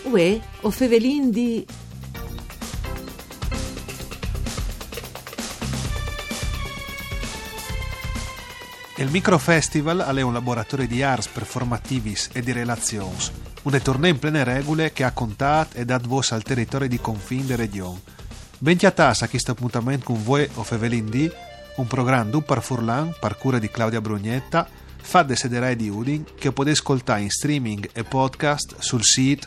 Uè, o fevelin di... Il Microfestival è un laboratorio di arts performativis e di relazions, un torneo in plene regole che ha contato e dat voce al territorio di confine della regione. Bentiatas a questo appuntamento con voi o fevelin di, un programma du par Furlan, par cura di Claudia Brugnetta, fa desiderai di Udin, che potete ascoltare in streaming e podcast sul sito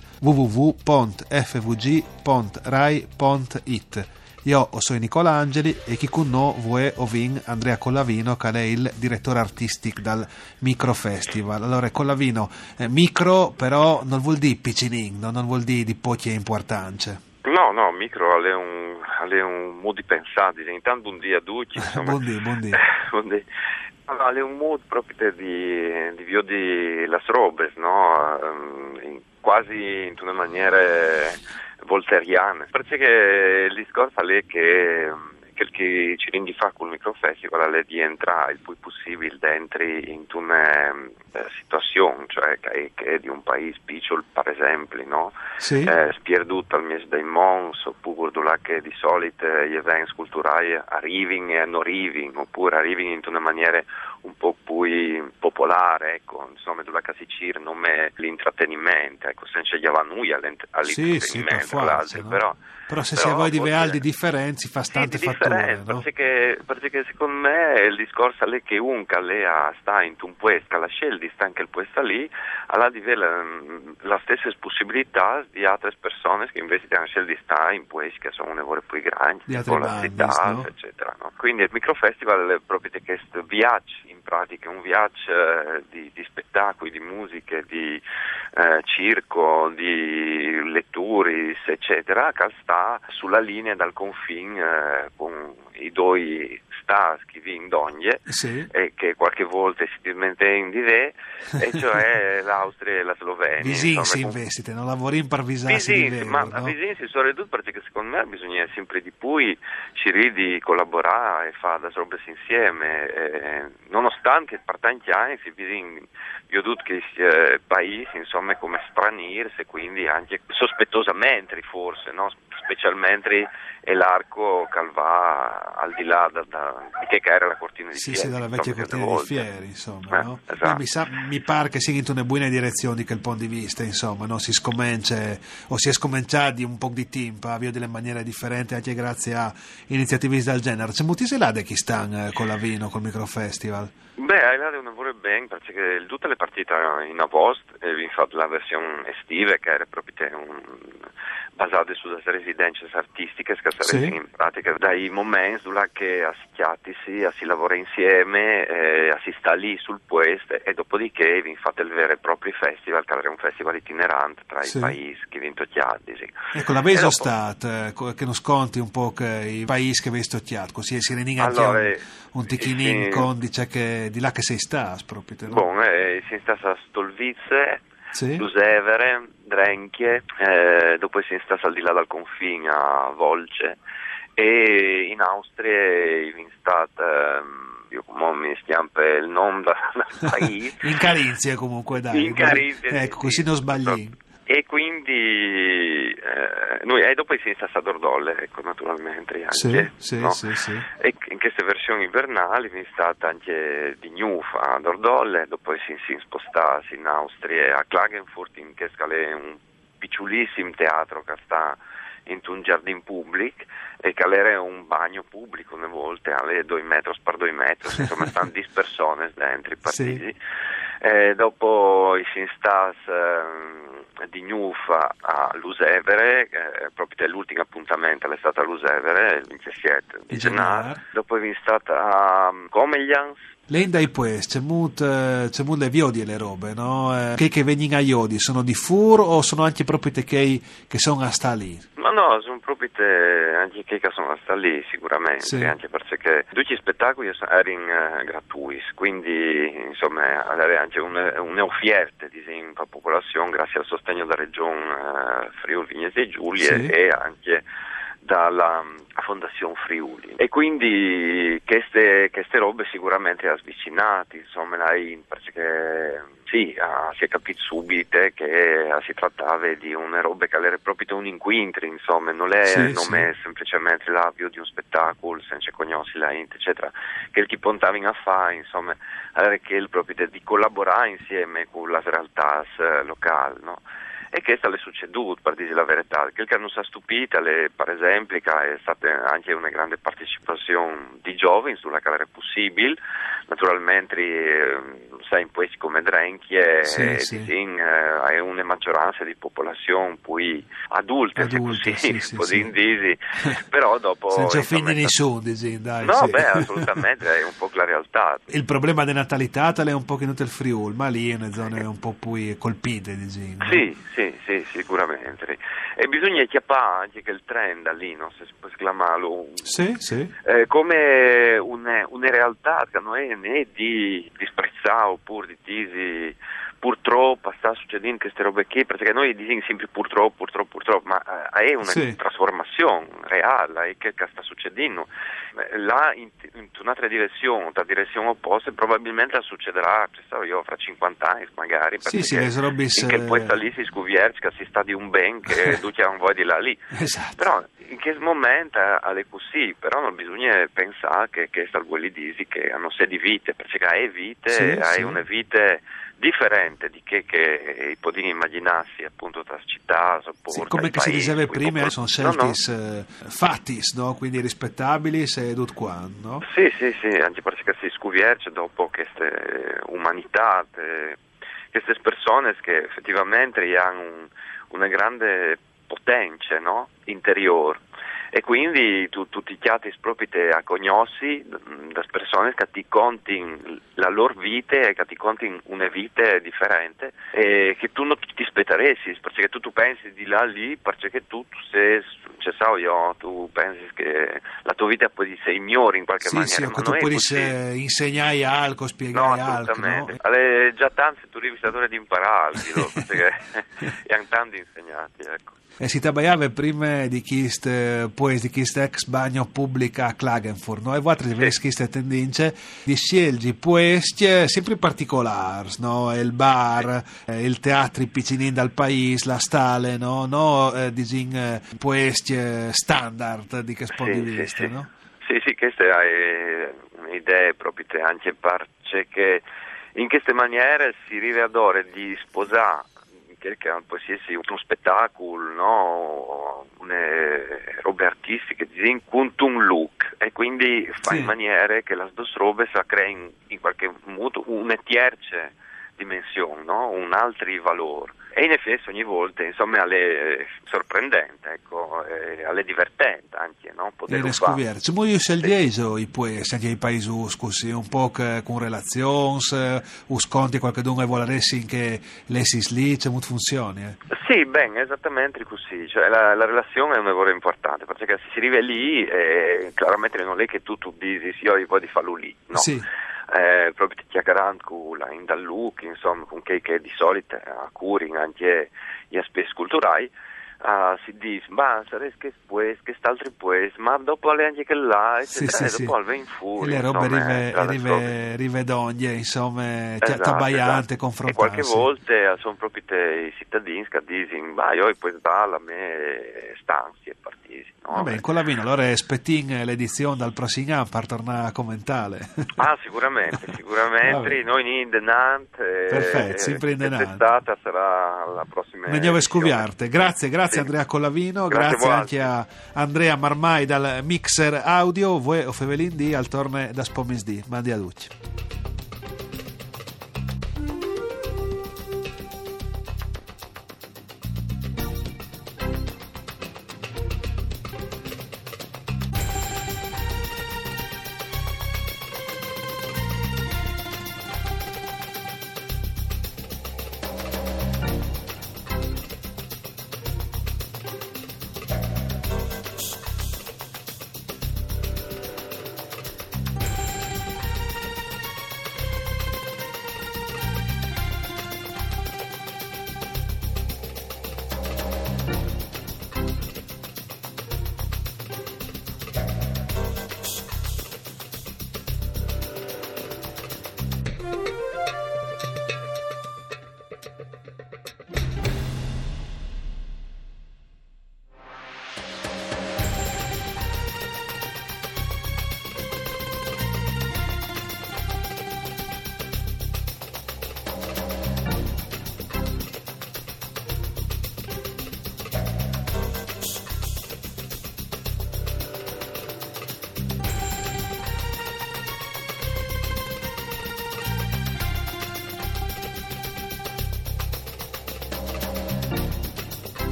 www.fvg.rai.it. Io sono Nicola Angeli e chi con noi vuoi ovin Andrea Collavino, che è il direttore artistico dal Microfestival. Allora Collavino, micro però non vuol dire piccinin, non vuol dire di poche importanze. No, micro è un modo di pensare, intanto buondì a tutti, insomma. Buondì. Allora, è un modo proprio di vedere le robe, no? Quasi in una maniera voltairiana, perché il discorso è che quel che ci rendi fa col Microfestival è di entrare il più possibile dentro in una situazione, cioè che è di un paese piccolo, per esempio, no? Sì. Spierduto al mese dei Mons, oppure che di solito gli eventi culturali arrivano e non arrivano, oppure arrivano in una maniera un po' più popolare, ecco, insomma, dove si cerca non è l'intrattenimento, ecco, senza noi all'intrattenimento, sì, forza, no? Però se si ha di vealdi differenze fa tante fatture, no? Perché secondo me il discorso è che sta in un puesto, la scelta sta anche il puesto lì, alla di la stessa possibilità di altre persone che invece hanno scelto di stare in puesti che sono un lavoro più grandi, con la città, no? Eccetera, no? Quindi il Microfestival è proprio questo viaggio, in pratica un viaggio di spettacoli, di musiche, di circo, di letture, eccetera, che sta sulla linea dal confine con i due stati che vi indogne, sì, e che qualche volta si dimenticano di ve, e cioè l'Austria e la Slovenia. Visinsi investite, non lavori in parvisarsi di ma no? Visinsi soprattutto perché secondo me bisogna sempre di più cercare di collaborare e fare le robe insieme, nonostante per tanti anni si bisogna veduto che paesi insomma come stranirsi, quindi anche sospettosamente forse, no? Specialmente è l'arco che va al di là di che era la cortina di fieri. Sì, dalla vecchia cortina di fieri, insomma, no? Esatto. Mi pare che sia in una buona direzione che il punto di vista, insomma, no? Si è scominciati un po' di tempo a via delle maniere differenti anche grazie a iniziative del genere. C'è molti selade che stanno con la Vino, col Microfestival? Beh, là devono lavoro bene perché tutte le partite in agosto e vi fatto la versione estiva che era proprio basate sulle residenze artistiche che sarebbero in pratica dai momenti dove che si lavora insieme, si sta lì sul puesto e dopodiché vi fate il vero e proprio festival che era un festival itinerante tra i paesi che vi intocchiati. Sì. Ecco, la Veso Stat che non sconti un po' che i paesi che vi intocchiati, così si reninga anche un ticchinin con dice che di là che sei stato proprio, no? Buon, si sta a Stolvice, sì. Lusevere, Drenchie, dopo si sta al di là dal confine a Volce e in Austria è stato io mi stiampa il nome del paese in Carinzia comunque dai, in Carinzia, ecco, così non sbagli. E quindi noi dopo si sta a Dordogne, ecco, naturalmente anche, sì. E in queste versioni invernali è stata anche di Newf a Dordogne, dopo si spostata in Austria a Klagenfurt, in che è un piccolissimo teatro che sta in un giardino pubblico e che era un bagno pubblico una volta alle 2 metri per 2 metri, insomma stanno 10 persone dentro i partiti. Dopo si sta di Newf a Lusevere, proprio l'ultimo appuntamento è stato a Lusevere il 27 di gennaio. Dopo è stata a Comelians. Lei dai pues, c'è molte viodi e le robe, no? Che vengono a iodi, sono di fur o sono anche proprio te che sono a sta lì? No, sono proprio anche che sono sta lì sicuramente, anche perché tutti gli spettacoli erano gratuiti, quindi insomma avere anche un'offerta per la popolazione grazie al sostegno della regione Friuli Venezia Giulia e anche dalla Fondazione Friuli, e quindi queste robe sicuramente ha svicinato, insomma, perché sì, si è capito subito che si trattava di una roba che era proprio un incontro, insomma, non è semplicemente l'avvio di un spettacolo senza conoscere la gente, eccetera, che il che puntavano a fare, insomma, era che il proprio di collaborare insieme con le realtà locali, no? E che sta le succeduto, per dire la verità. Quel che non si è stupita, per esempio, che è stata anche una grande partecipazione di giovani sulla che era possibile, naturalmente sai, in questi come Drenchie è una maggioranza di popolazione poi adulte però dopo senza fine nessuno, dai. No, assolutamente, è un po' la realtà. Il problema della natalità è un po' che non il Friuli, ma lì è una zona un po' più colpite, no? Sì, sicuramente. E bisogna chiappare anche che il trend lì, non si può esclamarlo, come una realtà che non è né di disprezzare oppure di tisi. Purtroppo sta succedendo queste robe qui, perché noi diciamo sempre purtroppo, ma è una trasformazione reale che sta succedendo. Là in un'altra direzione, la direzione opposta, probabilmente succederà, fra 50 anni magari, perché poi sta lì si scuvierce che si sta di un ben che tutti hanno voglia di là lì. Esatto. Però in che momento è così, però non bisogna pensare che sta quelli disi che hanno sé di vite, perché è vite, una vite differente di che i podini immaginarsi appunto tra città, come che si diceva prima, sono scelti fatti, no? Quindi rispettabili se tutto qua, no? Sì, anche perché si scuvierce dopo queste umanità, queste persone che effettivamente hanno una grande potenza, no? Interiore. E quindi tutti i chiati proprio a cognosci da persone che ti conti la loro vita e che ti conti una vita differente e che tu non ti aspetteresti, perché tu pensi di là lì, perché tu tu pensi che la tua vita poi si ignori in qualche maniera. Sì, che tu puoi insegnare algo, spiegare algo. No? È già tanto tu rivisatore di imparare, perché hanno tanti insegnati, ecco. E si trattava prima di questa ex bagno pubblica a Klagenfurt, no? E voi avete questa tendenza di scegliere posti sempre particolari, no? Il bar, il teatro piccini dal paese, la stale, no? Posti standard di che punto di vista, no? Sì, questa è un'idea proprio anche perché in queste maniere si rivede di sposare che può essere uno spettacolo, no? Robe artistiche, con un look, e quindi fa in maniera che le due robe si creino in qualche modo una terza dimensione, no? Un altro valore. E in effetti ogni volta, insomma, è sorprendente, ecco, è divertente anche, no? Poter fare. Come io sceglieso i poesi, anche i paesi così, un po' con relazioni, sconti qualcuno e vuole che l'essi lì, come funziona? Sì, esattamente così, cioè la relazione è un lavoro importante, perché se si arriva lì, chiaramente non è che tu dici io voglio farlo lì, no? Sì. Proprio ti chiacchierando con in dal look, insomma, con che di solito a curi anche gli aspetti culturali, si dice, ma sarebbe che quest'altro puoi, ma dopo anche che là, eccetera, e dopo va in fuori. E le robe rivedogne, insomma, tabaiante, confrontate. E qualche volta sono proprio i cittadini che dicono, ma io poi dalla me stanzi e partiti. No? Vabbè, in quella vina, allora aspettiamo l'edizione dal prossimo anno per tornare a commentare. Sicuramente, noi in Denant. Perfetto, sempre in Denant. Quest'estate sarà la prossima. Veniamo a scuviarte. Grazie Andrea Collavino, grazie anche a Andrea Marmai dal Mixer Audio, voi o Fevelin di al torne da Spomisdi. Mandi a tutti.